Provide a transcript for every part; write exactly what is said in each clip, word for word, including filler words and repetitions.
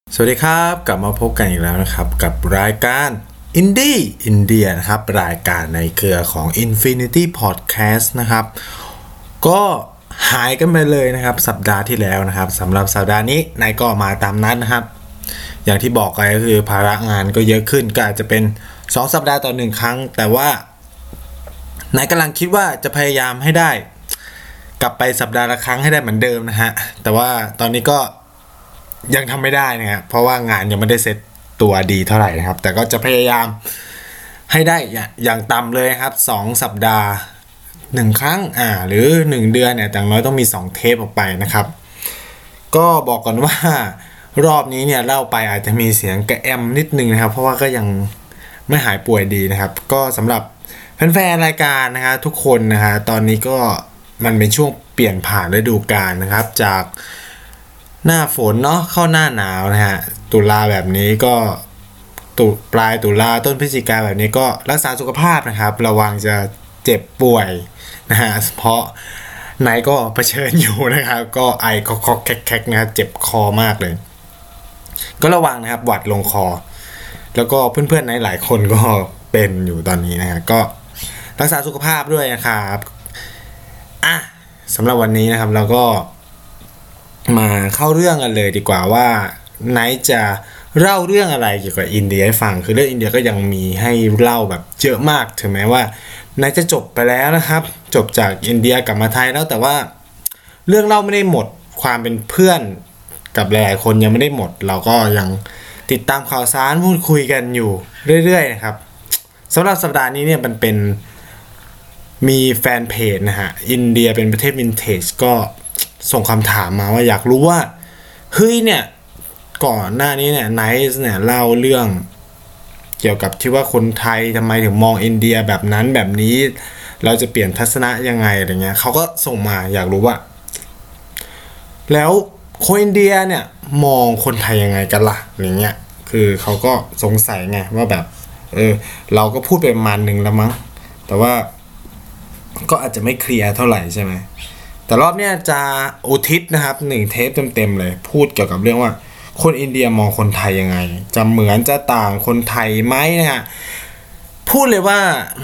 สวัสดีครับกลับมาพบกันอีกแล้วนะครับกับรายการอินดี้อินเดียนะครับรายการในเครือของ Infinity Podcast นะครับก็หายกันไปเลยนะครับสัปดาห์ที่แล้วนะครับสำหรับสัปดาห์นี้นายก็มาตามนัด น, นะครับอย่างที่บอกไปก็คือภาระงานก็เยอะขึ้นก็อาจจะเป็นสองสัปดาห์ต่อหนึ่งครั้งแต่ว่านายกำลังคิดว่าจะพยายามให้ได้กลับไปสัปดาห์ละครั้งให้ได้เหมือนเดิมนะฮะแต่ว่าตอนนี้ก็ยังทำไม่ได้นะครับเพราะว่างานยังไม่ได้เซ็ตตัวดีเท่าไหร่นะครับแต่ก็จะพยายามให้ได้อย่างต่ำเลยครับสองสัปดาห์หนึ่งครั้งอ่าหรือหนึ่งเดือนเนี่ยอย่างน้อยต้องมีสองเทปออกไปนะครับก็บอกก่อนว่ารอบนี้เนี่ยเล่าไปอาจจะมีเสียงกระแอมนิดนึงนะครับเพราะว่าก็ยังไม่หายป่วยดีนะครับก็สำหรับแฟนๆรายการนะครับทุกคนนะฮะตอนนี้ก็มันเป็นช่วงเปลี่ยนผ่านฤดูกาลนะครับจากหน้าฝนเนาะเข้าหน้าหนาวนะฮะตุลาแบบนี้ก็ตุปลายตุลาต้นพฤศจิกาแบบนี้ก็รักษาสุขภาพนะครับระวังจะเจ็บป่วยนะฮะเพราะไหนก็เผชิญอยู่นะครับก็ไอคอกๆแคกๆนะเจ็บคอมากเลยก็ระวังนะครับหวัดลงคอแล้วก็เพื่อนๆในหลายคนก็เป็นอยู่ตอนนี้นะฮะก็รักษาสุขภาพด้วยนะครับอ่ะสำหรับวันนี้นะครับเราก็มาเข้าเรื่องกันเลยดีกว่าว่าไนท์จะเล่าเรื่องอะไรเกี่ยวกับอินเดียให้ฟังคือเรื่องอินเดียก็ยังมีให้เล่าแบบเยอะมากถึงแม้ว่าไนท์จะจบไปแล้วนะครับจบจากอินเดียกลับมาไทยแล้วแต่ว่าเรื่องเล่าไม่ได้หมดความเป็นเพื่อนกับหลายๆคนยังไม่ได้หมดเราก็ยังติดตามข่าวสารพูดคุยกันอยู่เรื่อยๆนะครับสำหรับสัปดาห์นี้เนี่ยมันเป็นมีแฟนเพจนะฮะอินเดียเป็นประเทศวินเทจก็ส่งคำถามมาว่าอยากรู้ว่าเฮ้ยเนี่ยก่อนหน้านี้เนี่ยไนท์เนี่ยเล่าเรื่องเกี่ยวกับที่ว่าคนไทยทำไมถึงมองอินเดียแบบนั้นแบบนี้เราจะเปลี่ยนทัศนะยังไงอะไรเงี้ยเขาก็ส่งมาอยากรู้ว่าแล้วคนอินเดียเนี่ยมองคนไทยยังไงกันล่ะอย่างเงี้ยคือเขาก็สงสัยไงว่าแบบเออเราก็พูดไปประมาณนึงแล้วมั้งแต่ว่าก็อาจจะไม่เคลียร์เท่าไหร่ใช่ไหมแต่รอบเนี้ยจะอุทิศนะครับหนึ่งเทปเต็มๆเลยพูดเกี่ยวกับเรื่องว่าคนอินเดียมองคนไทยยังไงจะเหมือนจะต่างคนไทยไหมนะฮะพูดเลยว่า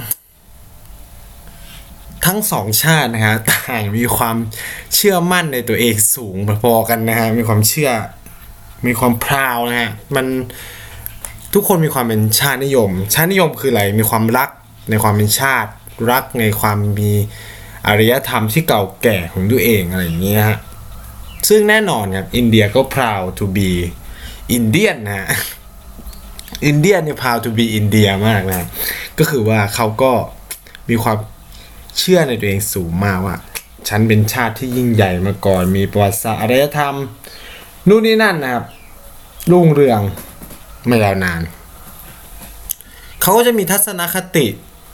ทั้งสองชาตินะฮะต่างมีความเชื่อมั่นในตัวเองสูงพอๆกันนะฮะมีความเชื่อมีความพราวนะฮะมันทุกคนมีความเป็นชาตินิยมชาตินิยมคืออะไรมีความรักในความเป็นชาติรักในความมีอารยธรรมที่เก่าแก่ของตัวเองอะไรอย่างเงี้ยฮะซึ่งแน่นอนครับอินเดียก็ proud to be Indian นะฮะอินเดียเนี่ย proud to be India มากนะก็คือว่าเขาก็มีความเชื่อในตัวเองสูงมากว่าฉันเป็นชาติที่ยิ่งใหญ่มาก่อนมีประวัติศาสตร์อารยธรรมนู่นนี่นั่นนะครับรุ่งเรืองไม่ยาวนานเขาก็จะมีทัศนคติ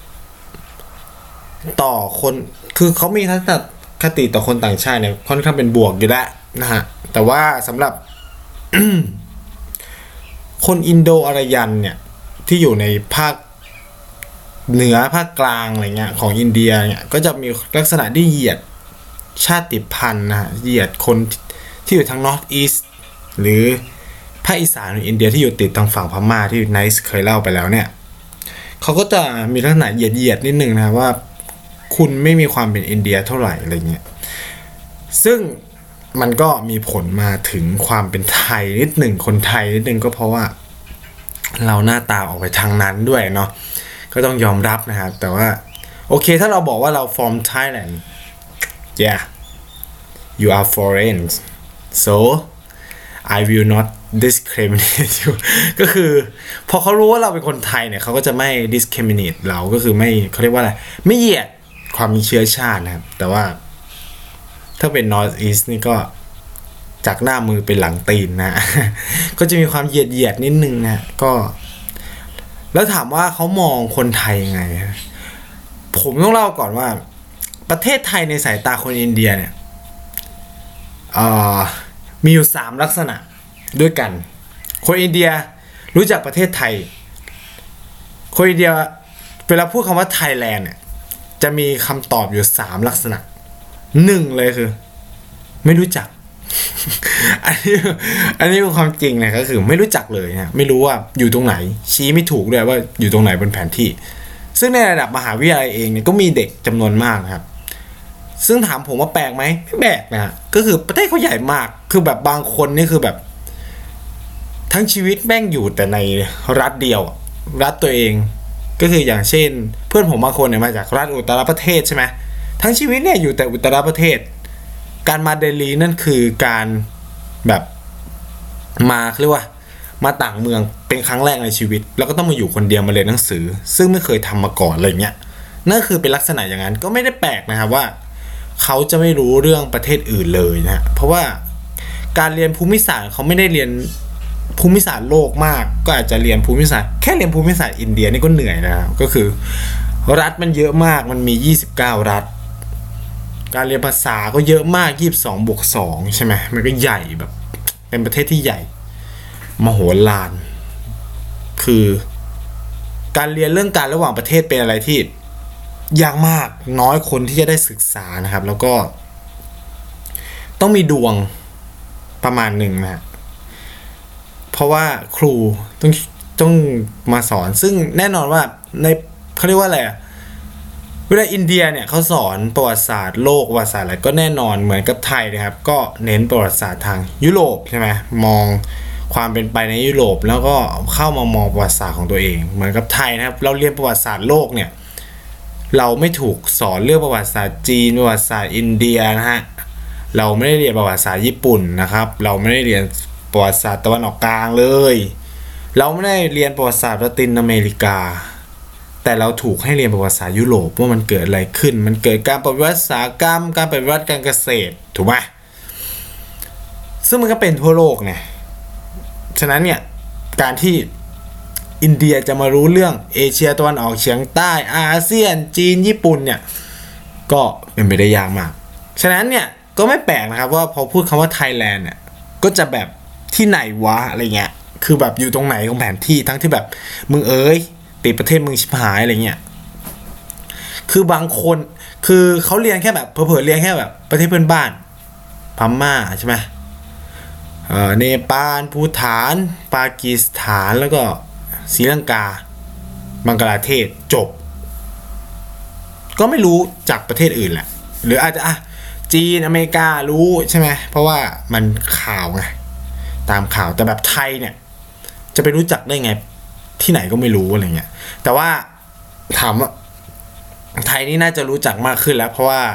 ต่อคนคือเขามีทัศนคติต่อคนต่างชาติเนี่ยค่อนข้างเป็นบวกอยู่แล้วนะฮะแต่ว่าสำหรับ คนอินโดอารยันเนี่ยที่อยู่ในภาคเหนือภาคกลางอะไรเงี้ยของอินเดียเนี่ยก็จะมีลักษณะที่เหยียดชาติพันธุ์นะฮะเหยียดคนที่อยู่ทาง North East หรือภาคอีสานของอินเดียที่อยู่ติดทางฝั่งพม่าที่ไนซ์เคยเล่าไปแล้วเนี่ยเขาก็จะมีลักษณะเหยียดเหยียดนิดนึงนะว่าคุณไม่มีความเป็นอินเดียเท่าไหร่อะไรเงี้ยซึ่งมันก็มีผลมาถึงความเป็นไทยนิดหนึ่งคนไทยนิดนึงก็เพราะว่าเราหน้าตาออกไปทางนั้นด้วยเนาะก็ต้องยอมรับนะครับแต่ว่าโอเคถ้าเราบอกว่าเรา from Thailand yeah you are foreign so I will not discriminate you ก็คือพอเขารู้ว่าเราเป็นคนไทยเนี่ยเขาก็จะไม่ discriminate เราก็คือไม่เขาเรียกว่าอะไรไม่เหยียดความมีเชื้อชาตินะครับแต่ว่าถ้าเป็น North East นี่ก็จากหน้ามือเป็นหลังตีนนะ ก็จะมีความเหยียดเหยียดนิดนึงนะก็แล้วถามว่าเขามองคนไทยยังไงผมต้องเล่าก่อนว่าประเทศไทยในสายตาคนอินเดียเนี่ยมีอยู่สามลักษณะด้วยกันคนอินเดียรู้จักประเทศไทยคนอินเดียเวลาพูดคำว่าไทยแลนด์เนี่ยจะมีคำตอบอยู่สามลักษณะหนึ่งเลยคือไม่รู้จักอันนี้อันนี้เป็นความจริงนะก็คือไม่รู้จักเลยนะไม่รู้ว่าอยู่ตรงไหนชี้ไม่ถูกด้วยว่าอยู่ตรงไหนบนแผนที่ซึ่งในระดับมหาวิทยาลัยเองเนี่ยก็มีเด็กจำนวนมากนะครับซึ่งถามผมว่าแปลกไหมไม่แปลกนะก็คือประเทศเขาใหญ่มากคือแบบบางคนนี่คือแบบทั้งชีวิตแม่งอยู่แต่ในรัฐเดียวรัฐตัวเองก็คืออย่างเช่นเพื่อนผมบางคนเนี่ยมาจากรัฐอุตตรประเทศใช่ไหมทั้งชีวิตเนี่ยอยู่แต่อุตตรประเทศการมาเดลีนั่นคือการแบบมาเรียกว่ามาต่างเมืองเป็นครั้งแรกในชีวิตแล้วก็ต้องมาอยู่คนเดียวมาเรียนหนังสือซึ่งไม่เคยทำมาก่อนอะไรเงี้ยนั่นคือเป็นลักษณะอย่างนั้นก็ไม่ได้แปลกนะครับว่าเขาจะไม่รู้เรื่องประเทศอื่นเลยนะเพราะว่าการเรียนภูมิศาสตร์เขาไม่ได้เรียนภูมิศาสตร์โลกมากก็อาจจะเรียนภูมิศาสตร์แค่เรียนภูมิศาสตร์อินเดียนี่ก็เหนื่อยนะครับก็คือรัฐมันเยอะมากมันมียี่สิบเก้ารัฐการเรียนภาษาก็เยอะมากยี่สิบสองบวกสองใช่ไหมมันก็ใหญ่แบบเป็นประเทศที่ใหญ่มโหฬารคือการเรียนเรื่องการระหว่างประเทศเป็นอะไรที่ยากมากน้อยคนที่จะได้ศึกษานะครับแล้วก็ต้องมีดวงประมาณหนึ่งนะเพราะว่าครูต้องต้องมาสอนซึ่งแน่นอนว่าในเขาเรียกว่าอะไรอะเวลาอินเดียเนี่ยเขาสอนประวัติศาสตร์โลกประวัติศาสตร์อะไรก็แน่นอนเหมือนกับไทยนะครับก็เน้นประวัติศาสตร์ทางยุโรปใช่ไหมมองความเป็นไปในยุโรปแล้วก็เข้ามามองประวัติศาสตร์ของตัวเองเหมือนกับไทยนะครับเราเรียนประวัติศาสตร์โลกเนี่ยเราไม่ถูกสอนเรื่องประวัติศาสตร์จีนประวัติศาสตร์อินเดียนะฮะเราไม่ได้เรียนประวัติศาสตร์ญี่ปุ่นนะครับเราไม่ได้เรียนประวัติศาสตร์ตะวันออกกลางเลยเราไม่ได้เรียนประวัติศาสตร์ละตินอเมริกาแต่เราถูกให้เรียนประวัติศาสตร์ยุโรปว่ามันเกิดอะไรขึ้นมันเกิดการปฏิวัติอุตสาหกรรมการปฏิวัติการเกษตรถูกไหมซึ่งมันก็เป็นทั่วโลกไงฉะนั้นเนี่ยการที่อินเดียจะมารู้เรื่องเอเชียตะวันออกเฉียงใต้อาเซียนจีนญี่ปุ่นเนี่ยก็เป็นไปได้ยากมากฉะนั้นเนี่ยก็ไม่แปลกนะครับว่าพอพูดคำว่าไทยแลนด์เนี่ยก็จะแบบที่ไหนวะอะไรเงี้ยคือแบบอยู่ตรงไหนของแผนที่ทั้งที่แบบมึงเอ้ยติดประเทศมึงชิบหายอะไรเงี้ยคือบางคนคือเขาเรียนแค่แบบเผลอๆเรียนแค่แบบประเทศเพื่อนบ้านพม่าใช่ไหมเอ่อเนปาลภูฏานปากีสถานแล้วก็ศรีลังกาบังกลาเทศจบก็ไม่รู้จากประเทศอื่นแหละหรืออาจจะอ่ะจีนอเมริการู้ใช่ไหมเพราะว่ามันข่าวไงตามข่าวแต่แบบไทยเนี่ยจะไปรู้จักได้ไงที่ไหนก็ไม่รู้อะไรเงี้ยแต่ว่าถามว่าไทยนี่น่าจะรู้จักมากขึ้นแล้วเพราะว่า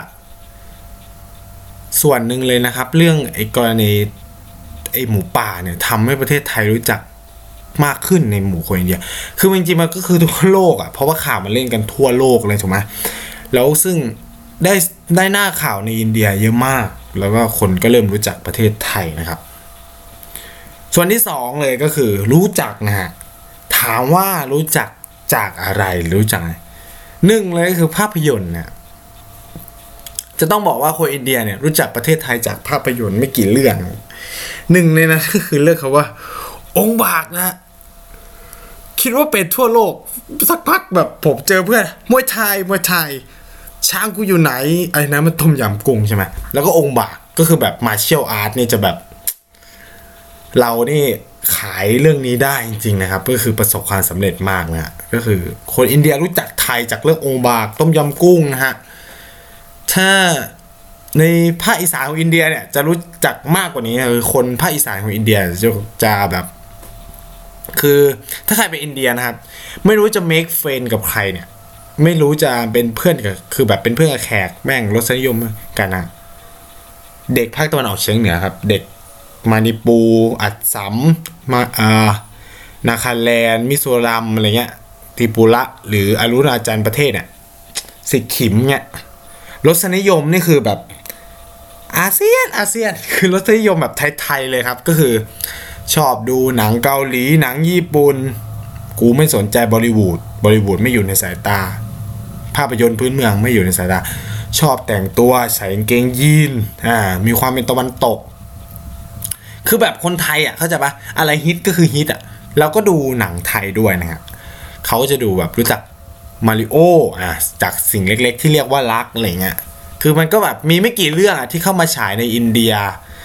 ส่วนหนึ่งเลยนะครับเรื่องไอ้กรณีไอ้หมูป่าเนี่ยทำให้ประเทศไทยรู้จักมากขึ้นในหมู่คนอินเดียคือจริงๆมันก็คือทั่วโลกอ่ะเพราะว่าข่าวมันเล่นกันทั่วโลกเลยถูกไหมแล้วซึ่งได้ได้หน้าข่าวในอินเดียเยอะมากแล้วก็คนก็เริ่มรู้จักประเทศไทยนะครับส่วนที่สองเลยก็คือรู้จักนะฮะถามว่ารู้จักจากอะไรรู้จักหนึ่งเลยก็คือภาพยนตร์เนี่ยจะต้องบอกว่าคนอินเดียเนี่ยรู้จักประเทศไทยจากภาพยนตร์ไม่กี่เรื่องหนึ่งในนั้นก็คือเรื่องคำว่าองค์บากนะคิดว่าเป็นทั่วโลกสักพักแบบผมเจอเพื่อนมวยไทยมวยไทยช้างกูอยู่ไหนไอ้นะมันต้มยำกุ้งใช่ไหมแล้วก็องค์บากก็คือแบบมาร์เชียลอาร์ตนี่จะแบบเรานี่ขายเรื่องนี้ได้จริงๆนะครับก็คือประสบความสำเร็จมากนะก็คือคนอินเดียรู้จักไทยจากเรื่ององค์บากต้มยำกุ้งนะฮะถ้าในภาคอีสานของอินเดียเนี่ยจะรู้จักมากกว่านี้คือคนภาคอีสานของอินเดียจะจะแบบคือถ้าใครไปอินเดียนะครับไม่รู้จะ make friend กับใครเนี่ยไม่รู้จะเป็นเพื่อนกับคือแบบเป็นเพื่อนกับแขกแม่งรสนิยมกันนะเด็กภาคตะวันออกเฉียงเหนือครับเด็กมานิปูอัสสัมมาอ่านาคาแลนด์มิโซรัมอะไรเงี้ยตริปุระหรืออรุณาจันประเทศเนี่ยสิขิมเนี่ยรสนิยมนี่คือแบบอาเซียนอาเซียนคือรสนิยมแบบไทยๆเลยครับก็คือชอบดูหนังเกาหลีหนังญี่ปุ่นกูไม่สนใจบอลิวูดบอลิวูดไม่อยู่ในสายตาภาพยนตร์พื้นเมืองไม่อยู่ในสายตาชอบแต่งตัวใส่กางเกงยีนอ่ามีความเป็นตะวันตกคือแบบคนไทยอ่ะเข้าใจปะอะไรฮิตก็คือฮิตอ่ะเราก็ดูหนังไทยด้วยนะครับเขาจะดูแบบรู้จักมาริโออ่ะจากสิ่งเล็กๆที่เรียกว่ารักอะไรเงี้ยคือมันก็แบบมีไม่กี่เรื่องอ่ะที่เข้ามาฉายในอินเดีย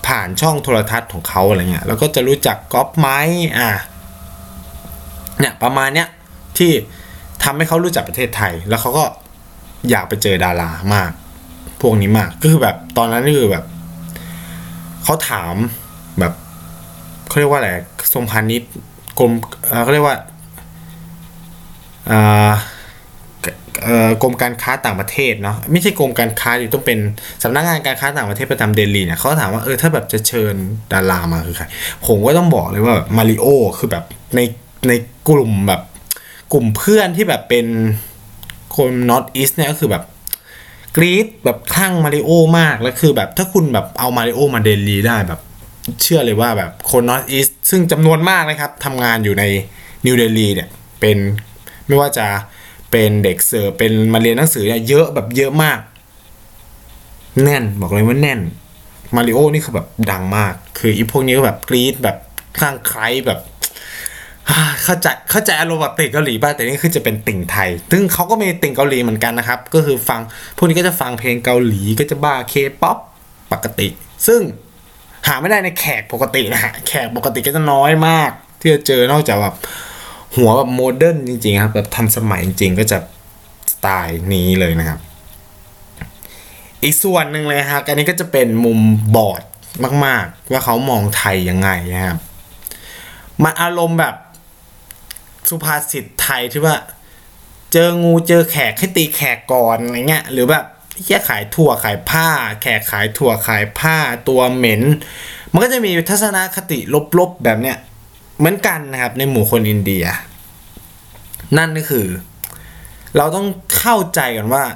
ผ่านช่องโทรทัศน์ของเขาอะไรเงี้ยแล้วก็จะรู้จักก๊อปไม้อ่ะเนี่ยประมาณเนี้ยที่ทำให้เขารู้จักประเทศไทยแล้วเขาก็อยากไปเจอดารามากพวกนี้มากก็คือแบบตอนนั้นก็คือแบบเขาถามแบบเขาเรียกว่าอะไรกระทรวงพาณิชย์กรมเขาเรียกว่าอ่ากรมการค้าต่างประเทศเนาะไม่ใช่กรมการค้าดิต้องเป็นสำนักงานการค้าต่างประเทศประจำเดลีเนี่ยเขาถามว่าเออถ้าแบบจะเชิญดารามาคือใครผมก็ต้องบอกเลยว่ามาริโอคือแบบในในกลุ่มแบบกลุ่มเพื่อนที่แบบเป็นคนนอร์ทอีสต์เนี่ยก็คือแบบกรี๊ดแบบคลั่งมาริโอมากแล้วคือแบบถ้าคุณแบบเอามาริโอมาเดลีได้แบบเชื่อเลยว่าแบบคนนอร์ทอีสต์ซึ่งจำนวนมากนะครับทำงานอยู่ในนิวเดลีเนี่ยเป็นไม่ว่าจะเป็นเด็กเสิร์ฟเป็นมาเรียนหนังสือเนี่ยเยอะแบบเยอะมากแน่นบอกเลยว่าแน่นมาริโอนี่คือแบบดังมากคืออีพวกนี้ก็แบบกรี๊ดแบบคลั่งไคล้แบบเข้าใจเข้าใจอารมณ์แบบติ่งเกาหลีบ้างแต่นี่คือจะเป็นติ่งไทยซึ่งเขาก็มีติ่งเกาหลีเหมือนกันนะครับก็คือฟังพวกนี้ก็จะฟังเพลงเกาหลีก็จะบ้าเคป๊อปปกติซึ่งหาไม่ได้ในแขกปกตินะฮะแขกปกติก็จะน้อยมากที่จะเจอนอกจากแบบหัวแบบโมเดิร์นจริงๆครับแบบทันสมัยจริงๆก็จะสไตล์นี้เลยนะครับอีกส่วนหนึ่งเลยครับอันนี้ก็จะเป็นมุมบอดมากๆว่าเขามองไทยยังไงนะครับมันอารมณ์แบบสุภาษิตไทยที่ว่าเจองูเจอแขกให้ตีแขกก่อนอะไรเงี้ยหรือแบบแค่ขายถั่วขายผ้าแขกขายถั่วขายผ้าตัวเหม็นมันก็จะมีทัศนคติลบๆแบบเนี้ยเหมือนกันนะครับในหมู่คนอินเดียนั่นก็คือเราต้องเข้าใจกันว่า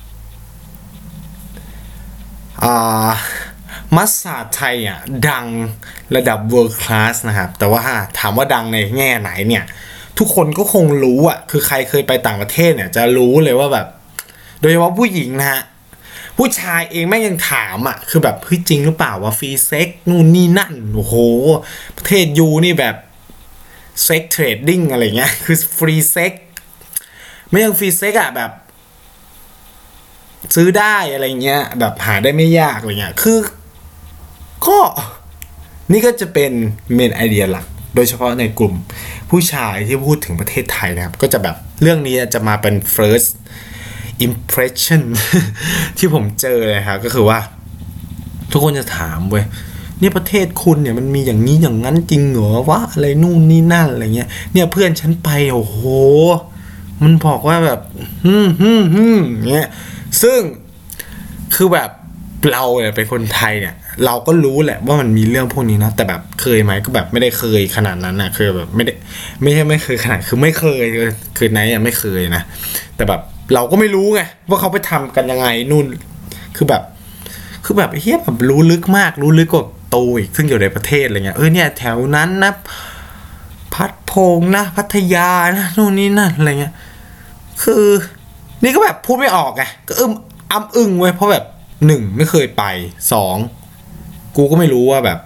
อ่ามัสตาร์ดไทยอ่ะดังระดับ world class นะครับแต่ว่าถามว่าดังในแง่ไหนเนี่ยทุกคนก็คงรู้อ่ะคือใครเคยไปต่างประเทศเนี่ยจะรู้เลยว่าแบบโดยเฉพาะผู้หญิงนะฮะผู้ชายเองแม่งยังถามอ่ะคือแบบเฮ้ยจริงหรือเปล่าว่าฟรีเซ็กนู่นนี่นั่นโอ้โหประเทศยูนี่แบบเซ็กเทรดดิ้งอะไรเงี้ยคือฟรีเซ็กไม่ยังฟรีเซ็กอ่ะแบบซื้อได้อะไรเงี้ยแบบหาได้ไม่ยากอะไรเงี้ยคือก็นี่ก็จะเป็นเมนไอเดียหลักโดยเฉพาะในกลุ่มผู้ชายที่พูดถึงประเทศไทยนะครับก็จะแบบเรื่องนี้จะมาเป็น first impression ที่ผมเจอเลยครับก็คือว่าทุกคนจะถามเว้ยเนี่ยประเทศคุณเนี่ยมันมีอย่างนี้อย่างนั้นจริงเหรอวะอะไรนู่นนี่นั่นอะไรเงี้ยเนี่ยเพื่อนฉันไปโอ้โหมันบอกว่าแบบฮึมฮึมฮึมเงี้ยซึ่งคือแบบเราเนี่ยเป็นคนไทยเนี่ยเราก็รู้แหละว่ามันมีเรื่องพวกนี้นะแต่แบบเคยไหมก็แบบไม่ได้เคยขนาดนั้นนะคือแบบไม่ได้ไม่ใช่ไม่เคยขนาดคือไม่เคยคือไหนอ่ะไม่เคยนะแต่แบบเราก็ไม่รู้ไงว่าเขาไปทำกันยังไงนู่นคือแบบคือแบบเฮียแบบรู้ลึกมากรู้ลึกกว่าโตอีกซึ่งอยู่ในประเทศอะไรเงี้ยเออเนี่ยแถวนั้นนะพัดพงนะพัทยานะนู่นนี่นั่นอะไรเงี้ยคือนี่ก็แบบพูดไม่ออกไงก็อึมอ้ำอึ้งไว้เพราะแบบหนึ่งไม่เคยไปสองกูก็ไม่รู้ว่าแบบ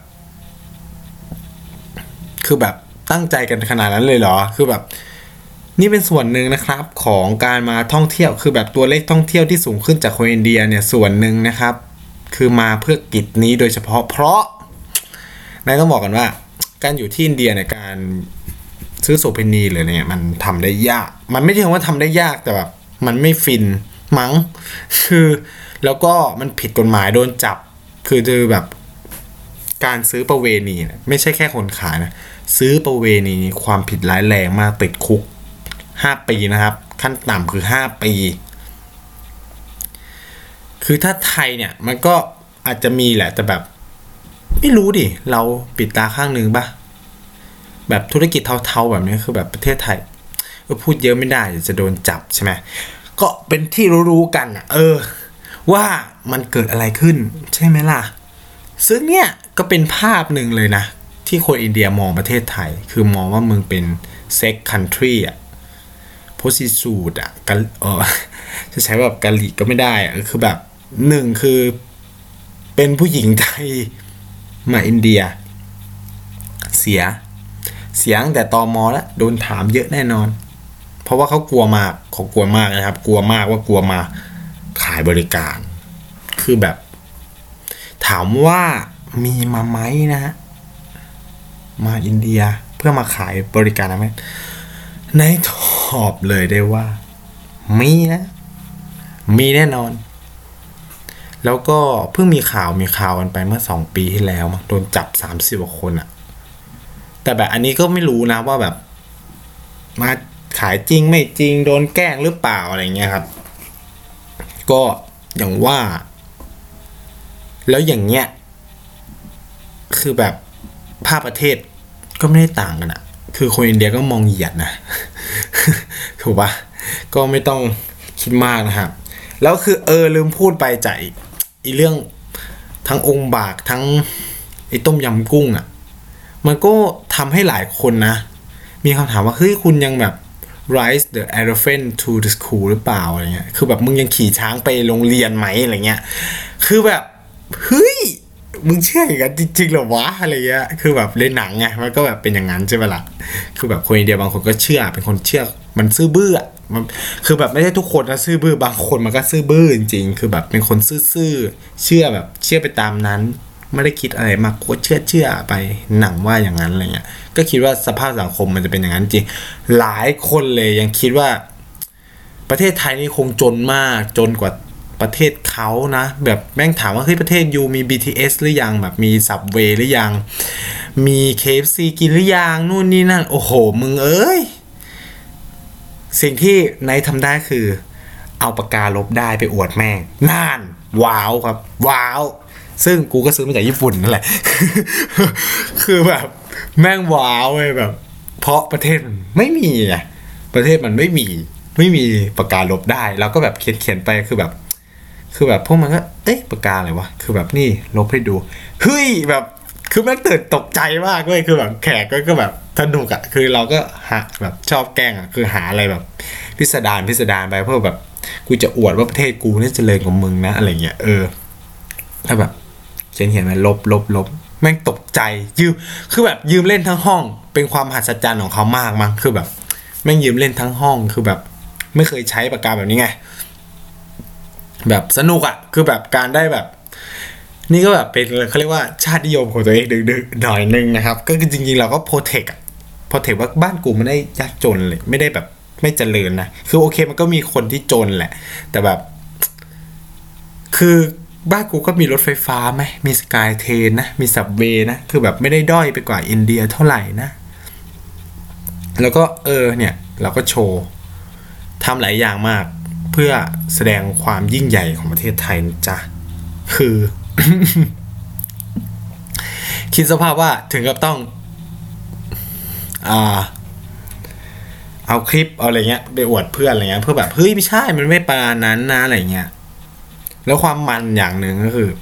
คือแบบตั้งใจกันขนาดนั้นเลยเหรอคือแบบนี่เป็นส่วนหนึ่งนะครับของการมาท่องเที่ยวคือแบบตัวเลขท่องเที่ยวที่สูงขึ้นจากคนอินเดียเนี่ยส่วนหนึ่งนะครับคือมาเพื่อกิจนี้โดยเฉพาะเพราะนายต้องบอกกันว่าการอยู่ที่อินเดียในการซื้อโสเภณีหรือเนี่ยมันทำได้ยากมันไม่ใช่ว่าทำได้ยากแต่แบบมันไม่ฟินมั้งคือแล้วก็มันผิดกฎหมายโดนจับคือคือแบบการซื้อประเวณีไม่ใช่แค่คนขายนะซื้อประเวณีความผิดร้ายแรงมากติดคุกห้าปีนะครับขั้นต่ำคือห้าปีคือถ้าไทยเนี่ยมันก็อาจจะมีแหละแต่แบบไม่รู้ดิเราปิดตาข้างนึงปะแบบธุรกิจเทาๆแบบนี้คือแบบประเทศไทยก็พูดเยอะไม่ได้จะโดนจับใช่ไหมก็เป็นที่รู้ๆกันอ่ะเออว่ามันเกิดอะไรขึ้นใช่ไหมล่ะซึ่งเนี่ยก็เป็นภาพหนึ่งเลยนะที่คนอินเดียมองประเทศไทยคือมองว่ามึงเป็นเซ็กคันทรีอ่ะโพสิสูดอ่ะกันเออจะใช้แบบกะหรี่ก็ไม่ได้อ่ะคือแบบหนึ่งคือเป็นผู้หญิงไทยมาอินเดียเสียเสียงแต่ตม.แล้วโดนถามเยอะแน่นอนเพราะว่าเขากลัวมากเขากลัวมากนะครับกลัวมากว่ากลัวมาขายบริการคือแบบถามว่ามีมาไหมนะฮะมาอินเดียเพื่อมาขายบริการนะแม่ในตอบเลยได้ว่ามีนะมีแน่นอนแล้วก็เพิ่งมีข่าวมีข่าวกันไปเมื่อสองปีที่แล้วโดนจับสามสิบกว่าคนอะแต่แบบอันนี้ก็ไม่รู้นะว่าแบบมาขายจริงไม่จริงโดนแกล้งหรือเปล่าอะไรเงี้ยครับก็อย่างว่าแล้วอย่างเงี้ยคือแบบภาพประเทศก็ไม่ได้ต่างกันอะคือคนอินเดียก็มองเหยียดนะถูกปะก็ไม่ต้องคิดมากนะครับแล้วคือเออลืมพูดไปจากอีเรื่องทั้งองค์บากทั้งไอ้ต้มยำกุ้งอ่ะมันก็ทำให้หลายคนนะมีคำถามว่าเฮ้ยคุณยังแบบ ride the elephant to the school หรือเปล่าอะไรเงี้ยคือแบบมึงยังขี่ช้างไปโรงเรียนไหมอะไรเงี้ยคือแบบเฮ้ยมึงเชื่ออย่างนั้นจริงๆเหรอวะอะไรเงี้ยคือแบบในหนังไงมันก็แบบเป็นอย่างนั้นใช่ไหมล่ะคือแบบคนอินเดียบางคนก็เชื่อเป็นคนเชื่อมันซื่อบื้อมันคือแบบไม่ใช่ทุกคนนะซื่อบื้อบางคนมันก็ซื่อบื้อจริงๆคือแบบเป็นคนซื่อๆเชื่อแบบเชื่อไปตามนั้นไม่ได้คิดอะไรมากก็เชื่อเชื่อไปหนังว่าอย่างนั้นอะไรเงี้ยก็คิดว่าสภาพสังคมมันจะเป็นอย่างนั้นจริงหลายคนเลยยังคิดว่าประเทศไทยนี่คงจนมากจนกว่าประเทศเขานะแบบแม่งถามว่าเฮ้ยประเทศยูมี บี ที เอส หรือยังแบบมีซับเวย์หรือยังมี เค เอฟ ซี กินหรือยังนู่นนี่นั่นโอ้โหมึงเอ้ยสิ่งที่ไนท์ทำได้คือเอาปากกาลบได้ไปอวดแม่งน่านว้าวครับว้าวซึ่งกูก็ซื้อมาจากญี่ปุ่นนั่นแหละ คือแบบแม่งว้าวเลยแบบเพราะประเทศมันไม่มีไงประเทศมันไม่มีไม่มีปากกาลบได้แล้วก็แบบเขียนเขียนไปคือแบบคือแบบพวกมันก็เอ๊ะปากกาอะไรวะคือแบบนี่ลบให้ดูเฮ้ยแบบคือแม่งตื่นตกใจมากเว้ยคือแบบแขกก็ก็แบบสนุกอ่ะคือเราก็หาแบบชอบแกล้งอ่ะคือหาอะไรแบบพิสดารพิสดารไปเพื่อแบบกูจะอวดว่าประเทศกูนี่เจริญกว่ามึงนะอะไรเงี้ยเออถ้าแบบเขียนเขียนมาลบลบลบแม่งตกใจยืมคือแบบยืมเล่นทั้งห้องเป็นความมหัศจรรย์ของเขามากมั้งคือแบบแม่งยืมเล่นทั้งห้องคือแบบไม่เคยใช้ปากกาแบบนี้ไงแบบสนุกอ่ะคือแบบการได้แบบนี่ก็แบบเป็นเขาเรียกว่าชาตินิยมของตัวเองดึกๆหน่อยนึงนะครับก็คือจริงๆเราก็โปรเทคอะโปรเทคว่าบ้านกูไม่ได้ยากจนเลยไม่ได้แบบไม่เจริญนะคือโอเคมันก็มีคนที่จนแหละแต่แบบคือบ้านกูก็มีรถไฟฟ้าไหมมีสกายเทรนนะมีซับเวย์นะคือแบบไม่ได้ด้อยไปกว่าอินเดียเท่าไหร่นะแล้วก็เออเนี่ยเราก็โชว์ทำหลายอย่างมากเพื่อแสดงความยิ่งใหญ่ของประเทศไทยนะจ๊ะคือ คิดสภาพว่าถึงกับต้องอ่าเอาคลิปเอาอะไรเงี้ยไปอวดเพื่อนอะไรเงี้ยเพื่อแบบเฮ้ยไม่ใช่มันไม่ประมาณนั้นนะอะไรเงี้ยแล้วความมันอย่างหนึ่งก็คือ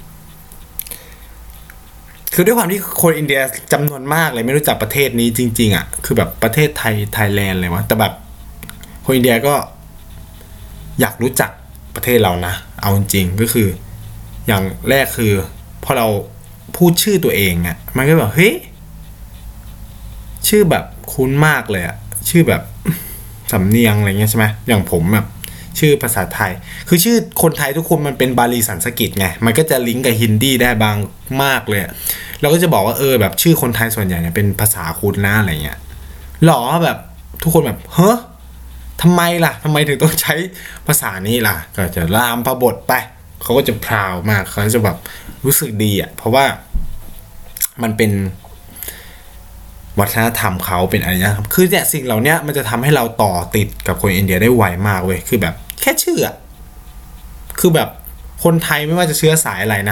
คือด้วยความที่คนอินเดียจำนวนมากเลยไม่รู้จักประเทศนี้จริงๆอ่ะคือแบบประเทศไทยไทยแลนด์เลยวะแต่แบบคนอินเดียก็อยากรู้จักประเทศเรานะเอาจริงก็คืออย่างแรกคือพอเราพูดชื่อตัวเองอ่ะมันก็แบบเฮ้ยชื่อแบบคุ้นมากเลยอ่ะชื่อแบบสำเนียงอะไรเงี้ยใช่ไหมอย่างผมแบบชื่อภาษาไทยคือชื่อคนไทยทุกคนมันเป็นบาลีสันสกฤตไงมันก็จะลิงก์กับฮินดีได้บางมากเลยเราก็จะบอกว่าเออแบบชื่อคนไทยส่วนใหญ่เนี่ยเป็นภาษาคุณนะอะไรเงี้ยหรอแบบทุกคนแบบเฮ้อทำไมล่ะทำไมถึงต้องใช้ภาษานี้ล่ะก็จะลามพบทไปเขาก็จะพราวมากเขาจะแบบรู้สึกดีอ่ะเพราะว่ามันเป็นวัฒนธรรมเขาเป็นอะไรนะครับคือเนี่ยสิ่งเหล่านี้มันจะทำให้เราต่อติดกับคนอินเดียได้ไวมากเว้ยคือแบบแค่ชื่ออะคือแบบคนไทยไม่ว่าจะเชื้อสายอะไรนะ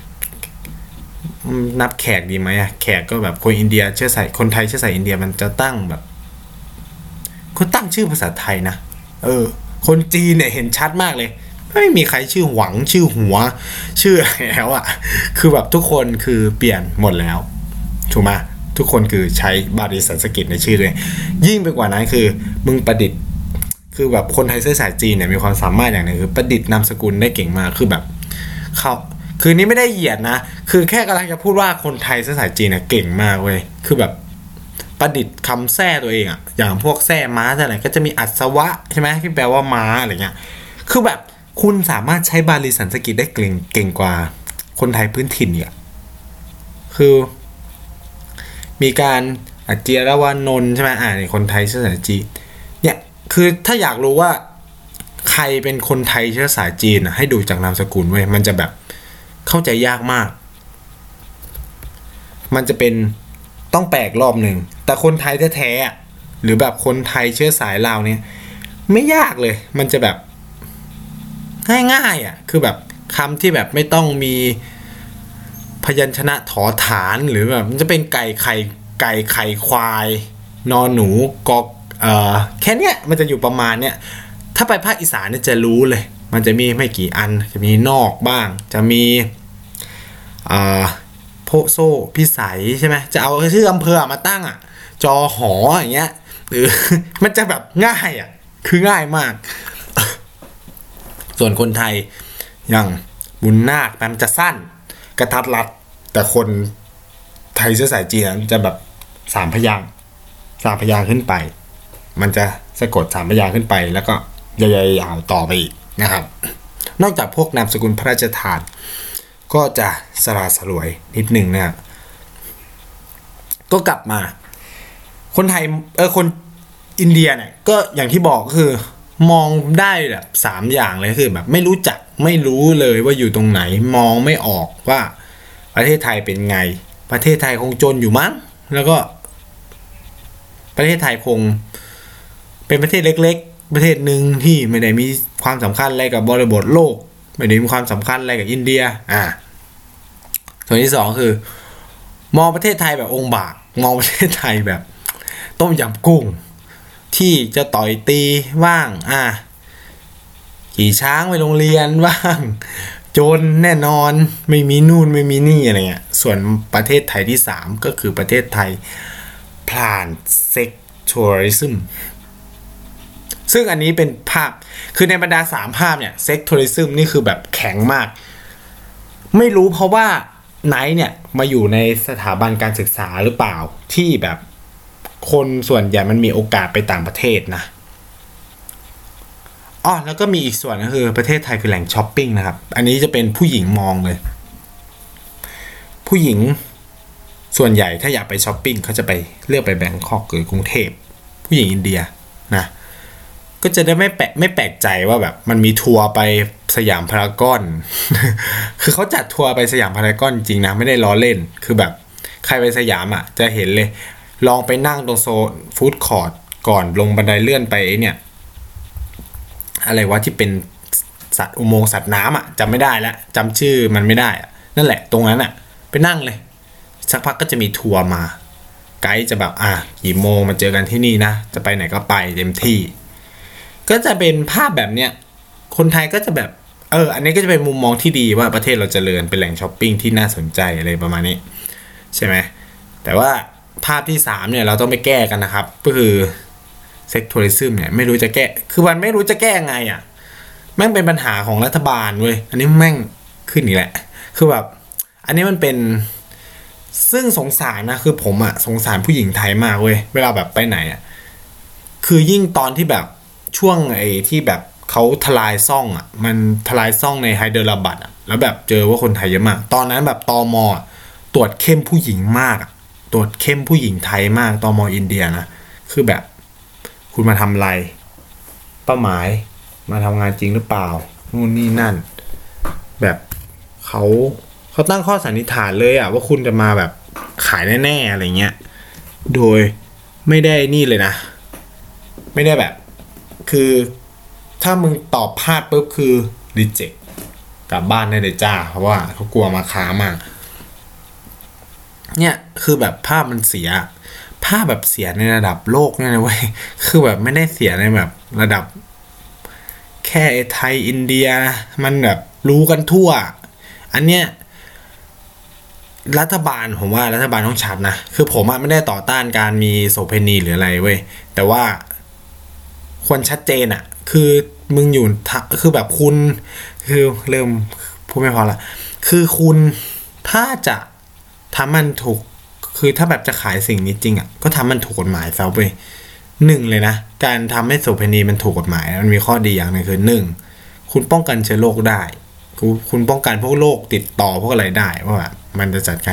นับแขกดีไหมอะแขกก็แบบคนอินเดียเชื้อสายคนไทยเชื้อสายอินเดียมันจะตั้งแบบเขาตั้งชื่อภาษาไทยนะเออคนจีนเนี่ยเห็นชัดมากเลยไม่มีใครชื่อหวังชื่อหัวชื่ออะไรแล้วอะคือแบบทุกคนคือเปลี่ยนหมดแล้วถูกไหมทุกคนคือใช้บาลีสันสกฤตในชื่อเลยยิ่งไปกว่านั้นคือมึงประดิษฐ์คือแบบคนไทยเชื้อสายจีนเนี่ยมีความสามารถอย่างหนึ่งคือประดิษฐ์นามสกุลได้เก่งมากคือแบบเขาคือนี้ไม่ได้เหยียดนะคือแค่กำลังจะพูดว่าคนไทยเชื้อสายจีนเนี่ยเก่งมากเว้ยคือแบบประดิษฐ์คำแท้ตัวเองอะอย่างพวกแท้ม้าอะไรก็จะมีอัศวะใช่ไหมที่แปลว่าม้าอะไรเงี้ยคือแบบคุณสามารถใช้บาลีสันสกฤตได้เก่งเก่งกว่าคนไทยพื้นถิ่นเนี่ยคือมีการอาเจียรวานนท์ใช่ไหมอ่าเนี่ยคนไทยเชื้อสายจีนเนี่ยคือถ้าอยากรู้ว่าใครเป็นคนไทยเชื้อสายจีนอ่ะให้ดูจากนามสกุลเว้ยมันจะแบบเข้าใจยากมากมันจะเป็นต้องแปลกรอบหนึ่งแต่คนไทยแท้ๆหรือแบบคนไทยเชื้อสายลาวเนี่ยไม่ยากเลยมันจะแบบง่ายๆอ่ะคือแบบคำที่แบบไม่ต้องมีพยัญชนะถอฐานหรือแบบมันจะเป็นไก่ไข่ไก่ไข่ควายนอนหนูกอกเอ่อแค่เนี้ยมันจะอยู่ประมาณเนี้ยถ้าไปภาคอีสานเนี่ยจะรู้เลยมันจะมีไม่กี่อันจะมีนอกบ้างจะมีอ่าโพโซพิสัยใช่ไหมจะเอาชื่ออำเภอมาตั้งอ่ะจอหออย่างเงี้ยหรือมันจะแบบง่ายอ่ะคือง่ายมากส่วนคนไทยอย่างบุญนาคมันจะสั้นกระทัดรัดแต่คนไทยเชื้อสายจีนจะแบบสามพยางค์สามพยางค์ขึ้นไปมันจะสะกดสามพยางค์ขึ้นไปแล้วก็ยาวๆต่อไปอีกนะครับนอกจากพวกนามสกุลพระราชทานก็จะสละสลวยนิดหนึ่งนะครับก็กลับมาคนไทยเออคนอินเดียเนี่ยก็อย่างที่บอกคือมองได้แบบสามอย่างเลยคือแบบไม่รู้จักไม่รู้เลยว่าอยู่ตรงไหนมองไม่ออกว่าประเทศไทยเป็นไงประเทศไทยคงจนอยู่มั้งแล้วก็ประเทศไทยคงเป็นประเทศเล็กๆประเทศหนึ่งที่ไม่ได้มีความสำคัญอะไรกับบริบทโลกไม่ได้มีความสำคัญอะไรกับอินเดียอ่าส่วนที่สองคือมองประเทศไทยแบบองค์บากมองประเทศไทยแบบต้มยำกุ้งที่จะต่อยตีว่างอ่ะขี่ช้างไปโรงเรียนว่างจนแน่นอนไม่มีนู่นไม่มีนี่อะไรเงี้ยส่วนประเทศไทยที่สามก็คือประเทศไทยพลานเซ็กชวลิซึมซึ่งอันนี้เป็นภาพคือในบรรดาสามภาพเนี่ยเซ็กชวลิซึมนี่คือแบบแข็งมากไม่รู้เพราะว่าไนท์เนี่ยมาอยู่ในสถาบันการศึกษาหรือเปล่าที่แบบคนส่วนใหญ่มันมีโอกาสไปต่างประเทศนะอ๋อแล้วก็มีอีกส่วนก็คือประเทศไทยคือแหล่งช้อปปิ้งนะครับอันนี้จะเป็นผู้หญิงมองเลยผู้หญิงส่วนใหญ่ถ้าอยากไปช้อปปิ้งเขาจะไปเลือกไปแบงคอกหรือกรุงเทพผู้หญิงอินเดียนะก็จะได้ไม่แปลกไม่แปลกใจว่าแบบมันมีทัวร์ไปสยามพารากอน คือเขาจัดทัวร์ไปสยามพารากอนจริงนะไม่ได้ล้อเล่นคือแบบใครไปสยามอ่ะจะเห็นเลยลองไปนั่งตรงโซนฟู้ดคอร์ทก่อนลงบันไดเลื่อนไปเนี่ยอะไรวะที่เป็นสัตว์อุโมงค์สัตว์น้ำอ่ะจำไม่ได้แล้วจำชื่อมันไม่ได้อ่ะนั่นแหละตรงนั้นอ่ะไปนั่งเลยสักพักก็จะมีทัวร์มาไกด์จะแบบอ่ะกี่โมงมาเจอกันที่นี่นะจะไปไหนก็ไปเต็มที่ก็จะเป็นภาพแบบเนี้ยคนไทยก็จะแบบเอออันนี้ก็จะเป็นมุมมองที่ดีว่าประเทศเราเจริญเป็นแหล่งช้อปปิ้งที่น่าสนใจอะไรประมาณนี้ใช่ไหมแต่ว่าภาพที่สามเนี่ยเราต้องไปแก้กันนะครับก็คือเซ็กทัวริซึมเนี่ยไม่รู้จะแก้คือมันไม่รู้จะแก้ไงอ่ะแม่งเป็นปัญหาของรัฐบาลเว้ยอันนี้แม่งขึ้นอีกแหละคือแบบอันนี้มันเป็นซึ่งสงสารนะคือผมอ่ะสงสารผู้หญิงไทยมากเว้ยเวลาแบบไปไหนอ่ะคือยิ่งตอนที่แบบช่วงไอ้ที่แบบเขาทลายซ่องอ่ะมันทลายซ่องในไฮเดรบัดอ่ะแล้วแบบเจอว่าคนไทยเยอะมากตอนนั้นแบบตม.ตรวจเข้มผู้หญิงมากอ่ะตรวจเข้มผู้หญิงไทยมากตม.อินเดียนะคือแบบคุณมาทำอะไรเป้าหมายมาทำงานจริงหรือเปล่านู่นนี่นั่นแบบเขาเขาตั้งข้อสันนิษฐานเลยอ่ะว่าคุณจะมาแบบขายแน่ๆอะไรเงี้ยโดยไม่ได้นี่เลยนะไม่ได้แบบคือถ้ามึงตอบพลาดปุ๊บคือรีเจ็คกลับบ้านได้เลยจ้าเพราะว่าเขากลัวมาค้ามากเนี่ยคือแบบภาพมันเสียภาพแบบเสียในระดับโลกเนี่ยนะเว้ยคือแบบไม่ได้เสียในแบบระดับแค่ไทยอินเดียมันแบบรู้กันทั่วอันเนี้ยรัฐบาลผมว่ารัฐบาลต้องชัดนะคือผมอะไม่ได้ต่อต้านการมีโสเภณีหรืออะไรเว้ยแต่ว่าควรชัดเจนอะคือมึงอยู่คือแบบคุณคือเริ่มพูดไม่พอละคือคุณถ้าจะทำมันถูกคือถ้าแบบจะขายสิ่งนี้จริงอ่ะก็ทำมันถูกกฎหมายซะเว้ยหนึ่งเลยนะการทำให้โสเภณีมันถูกกฎหมายมันมีข้อดีอย่างหนึ่งคือหนึ่งคุณป้องกันเชื้อโรคได้คุณป้องกันพวกโรคติดต่อพวกอะไรได้ว่าแบบมันจะจัดการไง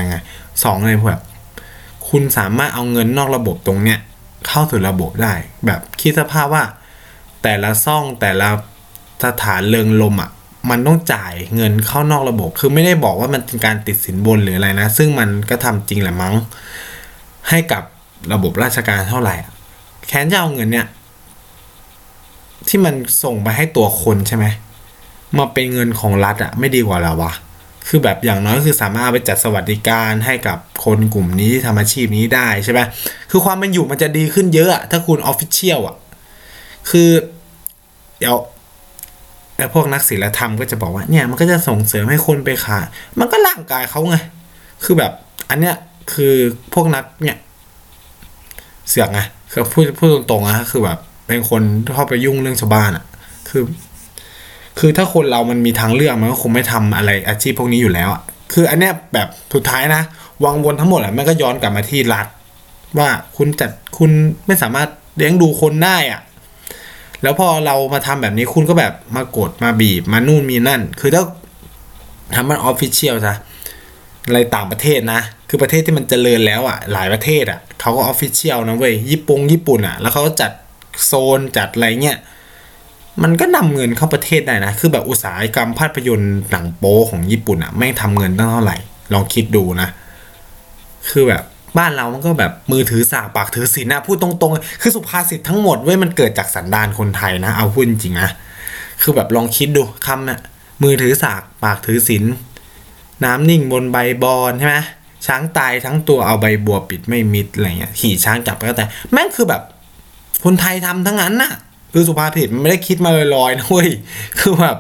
สองเลยแบบคุณสามารถเอาเงินนอกระบบตรงเนี้ยเข้าสู่ระบบได้แบบคิดสภาพว่าแต่ละซ่องแต่ละสถานเริงรมย์อ่ะมันต้องจ่ายเงินเข้านอกระบบคือไม่ได้บอกว่ามันเป็นการติดสินบนหรืออะไรนะซึ่งมันก็ทำจริงแหละมั้งให้กับระบบราชการเท่าไหร่แค้นจะเอาเงินเนี่ยที่มันส่งไปให้ตัวคนใช่ไหมมาเป็นเงินของรัฐอ่ะไม่ดีกว่าหรอวะคือแบบอย่างน้อยคือสามารถเอาไปจัดสวัสดิการให้กับคนกลุ่มนี้ที่ทำอาชีพนี้ได้ใช่ไหมคือความเป็นอยู่มันจะดีขึ้นเยอะอะถ้าคุณออฟฟิเชียลอ่ะคือเดี๋ยวแต่พวกนักศิลธรรมก็จะบอกว่าเนี่ยมันก็จะส่งเสริมให้คนไปขายมันก็ร่างกายเขาไงคือแบบอันเนี้ยคือพวกนักเนี่ยเสือกไงคือพูดพูดตรงๆนะคือแบบเป็นคนเข้าไปยุ่งเรื่องชาวบ้านอ่ะคือคือถ้าคนเรามันมีทางเลือกมันก็คงไม่ทำอะไรอาชีพพวกนี้อยู่แล้วอ่ะคืออันเนี้ยแบบสุดท้ายนะวังวนทั้งหมดอ่ะมันก็ย้อนกลับมาที่รัฐว่าคุณจัดคุณไม่สามารถเลี้ยงดูคนได้อ่ะแล้วพอเรามาทำแบบนี้คุณก็แบบมากดมาบีบมานู่นมีนั่นคือถ้าทำมันออฟฟิเชียลซะอะไรต่างประเทศนะคือประเทศที่มันเจริญแล้วอ่ะหลายประเทศอ่ะเขาก็ออฟฟิเชียลนะเว้ยญี่ปุ่งญี่ปุ่นอ่ะแล้วเขาก็จัดโซนจัดอะไรเงี้ยมันก็นำเงินเข้าประเทศได้นะคือแบบอุตสาหกรรมภาพยนตร์หนังโป๊ของญี่ปุ่นอ่ะแม่งทำเงินตั้งเท่าไหร่ลองคิดดูนะคือแบบบ้านเรามันก็แบบมือถือสากปากถือศีลนะพูดตรงๆคือสุภาษิตทั้งหมดเว้ยมันเกิดจากสันดานคนไทยนะเอาพูดจริงนะคือแบบลองคิดดูคำน่ะมือถือสากปากถือศีลน้ำนิ่งบนใบบอนใช่ไหมช้างตายทั้งตัวเอาใบบัวปิดไม่มิดอะไรเงี้ยขี่ช้างจับไปก็แต่แม่งคือแบบคนไทยทำทั้งนั้นน่ะคือสุภาษิตมันไม่ได้คิดมาลอยๆนะเว้ยคือแบบ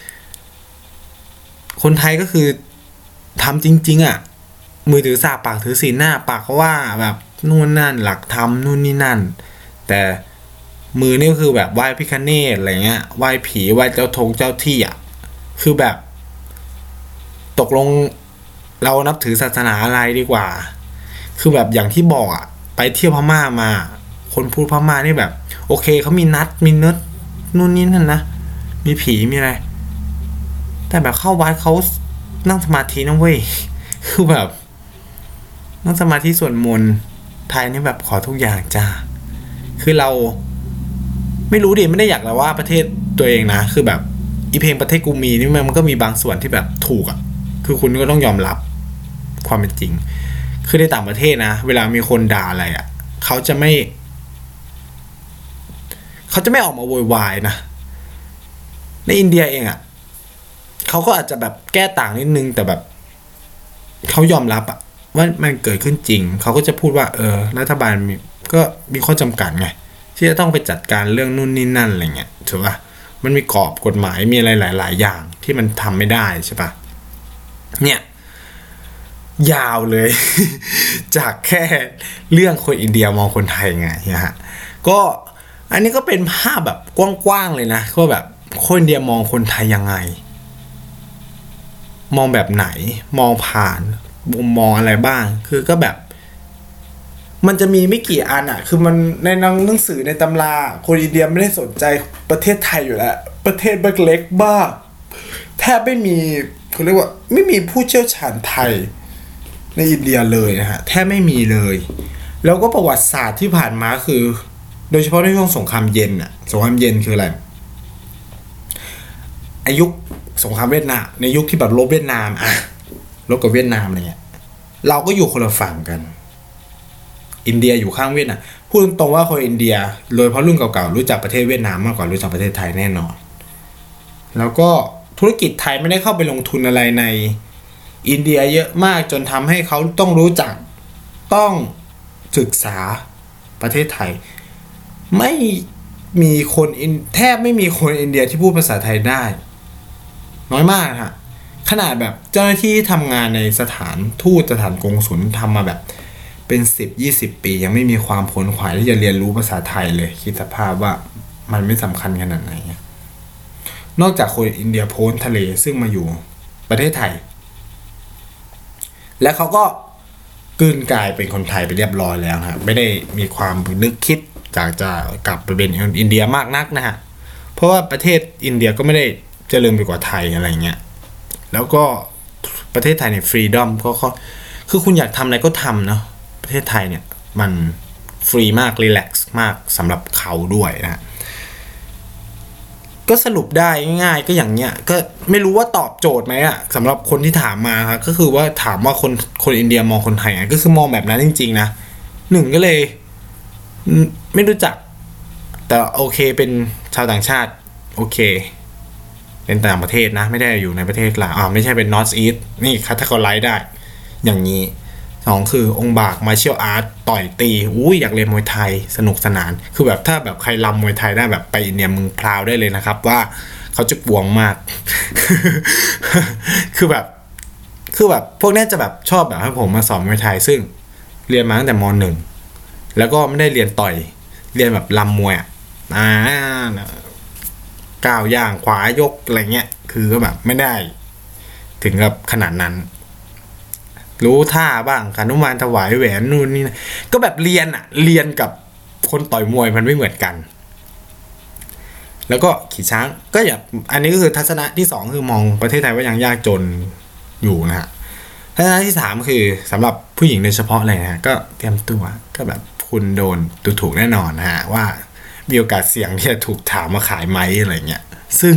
คนไทยก็คือทำจริงๆอ่ะมือถือสากปากถือศีลหน้าปากเขาว่าแบบนู่นนั่นหลักธรรมนู่นนี่นั่นแต่มือนี่ก็คือแบบไหว้พิฆเนศอะไรเงี้ยไหว้ผีไหว้เจ้าทงเจ้าที่อ่ะคือแบบตกลงเรานับถือศาสนาอะไรดีกว่าคือแบบอย่างที่บอกอ่ะไปเที่ยวพม่ามาคนพูดพม่านี่แบบโอเคเขามีนัดมีเนิร์ดนู่นนี่นั่นนะมีผีมีอะไรแต่แบบเข้าวัดเขานั่งสมาธินะเว้ยคือแบบนั่งสมาธิสวดมนต์ไทยนี่แบบขอทุกอย่างจ้าคือเราไม่รู้ดิไม่ได้อยากแล้วว่าประเทศตัวเองนะคือแบบอีเพลงประเทศกูมีนี่มันก็มีบางส่วนที่แบบถูกอ่ะคือคุณก็ต้องยอมรับความเป็นจริงคือในต่างประเทศนะเวลามีคนด่าอะไรอ่ะเขาจะไม่เขาจะไม่ออกมาโวยวายนะในอินเดียเองอ่ะเขาก็อาจจะแบบแก้ต่างนิดนึงแต่แบบเขายอมรับอ่ะว่ามันเกิดขึ้นจริงเขาก็จะพูดว่าเออรัฐบาลมีก็มีข้อจำกัดไงที่จะต้องไปจัดการเรื่องนู่นนี่นั่นอะไรเงี้ยถูกป่ะมันมีกรอบกฎหมายมีอะไรหลายๆอย่างที่มันทำไม่ได้ใช่ป่ะเนี่ยยาวเลย จากแค่เรื่องคนอินเดียมองคนไทยไงนะฮะก็อันนี้ก็เป็นภาพแบบกว้างๆเลยนะว่าแบบคนอินเดียมองคนไทยยังไงมองแบบไหนมองผ่านมุมมองอะไรบ้างคือก็แบบมันจะมีไม่กี่อันอะคือมันในหนังสือในตำราคนอินเดียไม่ได้สนใจประเทศไทยอยู่แล้วประเทศเล็กบ้าแทบไม่มีเขาเรียกว่าไม่มีผู้เชี่ยวชาญไทยในอินเดียเลยนะฮะแทบไม่มีเลยแล้วก็ประวัติศาสตร์ที่ผ่านมาคือโดยเฉพาะในช่วงสงครามเย็นอะสงครามเย็นคืออะไรอายุสงครามเวียดนามในยุคที่แบบรบเวียดนามอะรบกับเวียดนามอะไรเงี้ยเราก็อยู่คนละฝั่งกันอินเดียอยู่ข้างเวียดนามพูดตรงว่าคนอินเดียโดยเพราะรุ่นเก่าๆรู้จักประเทศเวียดนามมากกว่ารู้จักประเทศไทยแน่นอนแล้วก็ธุรกิจไทยไม่ได้เข้าไปลงทุนอะไรในอินเดียเยอะมากจนทำให้เขาต้องรู้จักต้องศึกษาประเทศไทยไม่มีคนแทบไม่มีคนอินเดียที่พูดภาษาไทยได้น้อยมากฮะขนาดแบบเจ้าหน้าที่ทำงานในสถานทูตสถานกงสุลทำมาแบบเป็นสิบ ยี่สิบปียังไม่มีความขวนขวายที่จะเรียนรู้ภาษาไทยเลยคิดสภาพว่ามันไม่สำคัญขนาดไหนนอกจากคนอินเดียโพ้นทะเลซึ่งมาอยู่ประเทศไทยและเขาก็กลืนกลายเป็นคนไทยไปเรียบร้อยแล้วนะไม่ได้มีความนึกคิดจากจะกลับไปเป็นอินเดียมากนักนะฮะเพราะว่าประเทศอินเดียก็ไม่ได้เจริญไปกว่าไทยอะไรเงี้ยแล้วก็ประเทศไทยเนี่ยฟรีดอมก็คือคุณอยากทำอะไรก็ทำเนาะประเทศไทยเนี่ยมันฟรีมากรีแลกซ์มากสำหรับเขาด้วยนะก็สรุปได้ง่ายๆก็อย่างเงี้ยก็ไม่รู้ว่าตอบโจทย์ไหมอะสำหรับคนที่ถามมาครับก็คือว่าถามว่าคนคนอินเดียมองคนไทยอ่ะก็คือมองแบบนั้นจริงๆนะหนึ่งก็เลยไม่รู้จักแต่โอเคเป็นชาวต่างชาติโอเคเป็นต่างประเทศนะไม่ได้อยู่ในประเทศละอ่าไม่ใช่เป็น North East นี่คัตเขาไลฟ์ได้อย่างนี้สองคือองค์บากมาเชียลอาร์ตต่อยตีอุ้ยอยากเรียนมวยไทยสนุกสนานคือแบบถ้าแบบใครรำมวยไทยได้แบบไปอินเดียมึงพราวได้เลยนะครับว่าเขาจะกวงมาก คือแบบคือแบบพวกนี้จะแบบชอบแบบให้ผมมาสอนมวยไทยซึ่งเรียนมาตั้งแต่มหนึ่งแล้วก็ไม่ได้เรียนต่อยเรียนแบบรำมวยอ่ะอ่าก้าวย่างขวายกอะไรเงี้ยคือก็แบบไม่ได้ถึงกับขนาดนั้นรู้ท่าบ้างขานุมานถวายแหวนนู่นนี่นะก็แบบเรียนอะเรียนกับคนต่อยมวยมันไม่เหมือนกันแล้วก็ขี่ช้างก็อย่าอันนี้ก็คือทัศนะที่สองคือมองประเทศไทยว่ายังยากจนอยู่นะฮะทัศนะที่สามคือสำหรับผู้หญิงโดยเฉพาะเลยนะฮะก็เตรียมตัวก็แบบคุณโดนดูถูกแน่นอนนะฮะว่ามีโอกาสเสี่ยงที่จะถูกถามมาขายไหมอะไรเงี้ยซึ่ง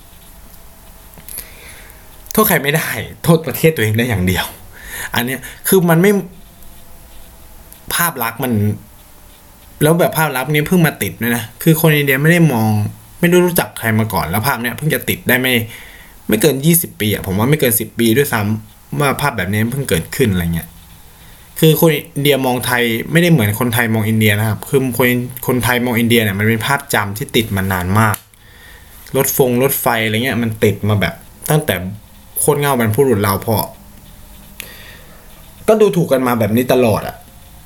โทษใครไม่ได้โทษประเทศตัวเองได้อย่างเดียวอันเนี้ยคือมันไม่ภาพลักษณ์มันแล้วแบบภาพลักษณ์นี้เพิ่งมาติดด้วยนะคือคนอินเดียไม่ได้มองไม่ได้รู้จักใครมาก่อนแล้วภาพเนี้ยเพิ่งจะติดได้ไม่ไม่เกินยี่สิบปีอะผมว่าไม่เกินสิบปีด้วยซ้ำว่าภาพแบบนี้เพิ่งเกิดขึ้นอะไรเงี้ยคือคนอินเดียมองไทยไม่ได้เหมือนคนไทยมองอินเดียนะครับคือคนคนไทยมองอินเดียเนี่ยมันเป็นภาพจำที่ติดมานานมากรถฟงรถไฟอะไรเงี้ยมันติดมาแบบตั้งแต่โคตรเงาบรรพบุรุษเราพอก็ดูถูกกันมาแบบนี้ตลอดอะ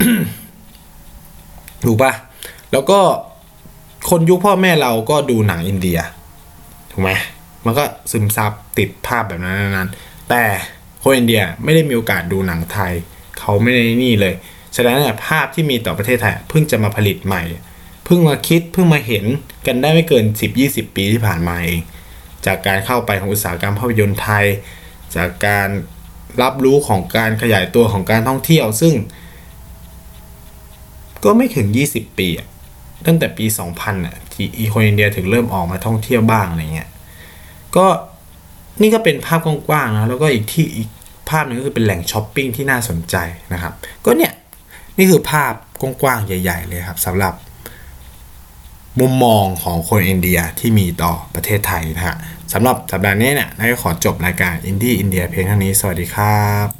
ถูกปะแล้วก็คนยุคพ่อแม่เราก็ดูหนังอินเดียถูกไหมมันก็ซึมซับติดภาพแบบนั้นนั้นแต่คนอินเดียไม่ได้มีโอกาสดูหนังไทยเขาไม่ได้นี่เลยฉะนั้นเนี่ยภาพที่มีต่อประเทศไทยเพิ่งจะมาผลิตใหม่เพิ่งมาคิดเพิ่งมาเห็นกันได้ไม่เกิน สิบถึงยี่สิบ ปีที่ผ่านมาเองจากการเข้าไปของอุตสาหกรรมภาพยนตร์ไทยจากการรับรู้ของการขยายตัวของการท่องเที่ยวซึ่งก็ไม่ถึงยี่สิบปีอะตั้งแต่ปีสองพันอ่ะที่คนอินเดียถึงเริ่มออกมาท่องเที่ยวบ้างอะไรเงี้ยก็นี่ก็เป็นภาพกว้างๆนะแล้วก็อีกที่อีกภาพหนึ่งก็คือเป็นแหล่งช้อปปิ้งที่น่าสนใจนะครับก็เนี่ยนี่คือภาพกว้างๆใหญ่ๆเลยครับสำหรับมุมมองของคนอินเดียที่มีต่อประเทศไทยนะฮะสำหรับสัปดาห์นี้เนี่ยนายก็ขอจบรายการอินดี้อินเดียเพียงเท่านี้สวัสดีครับ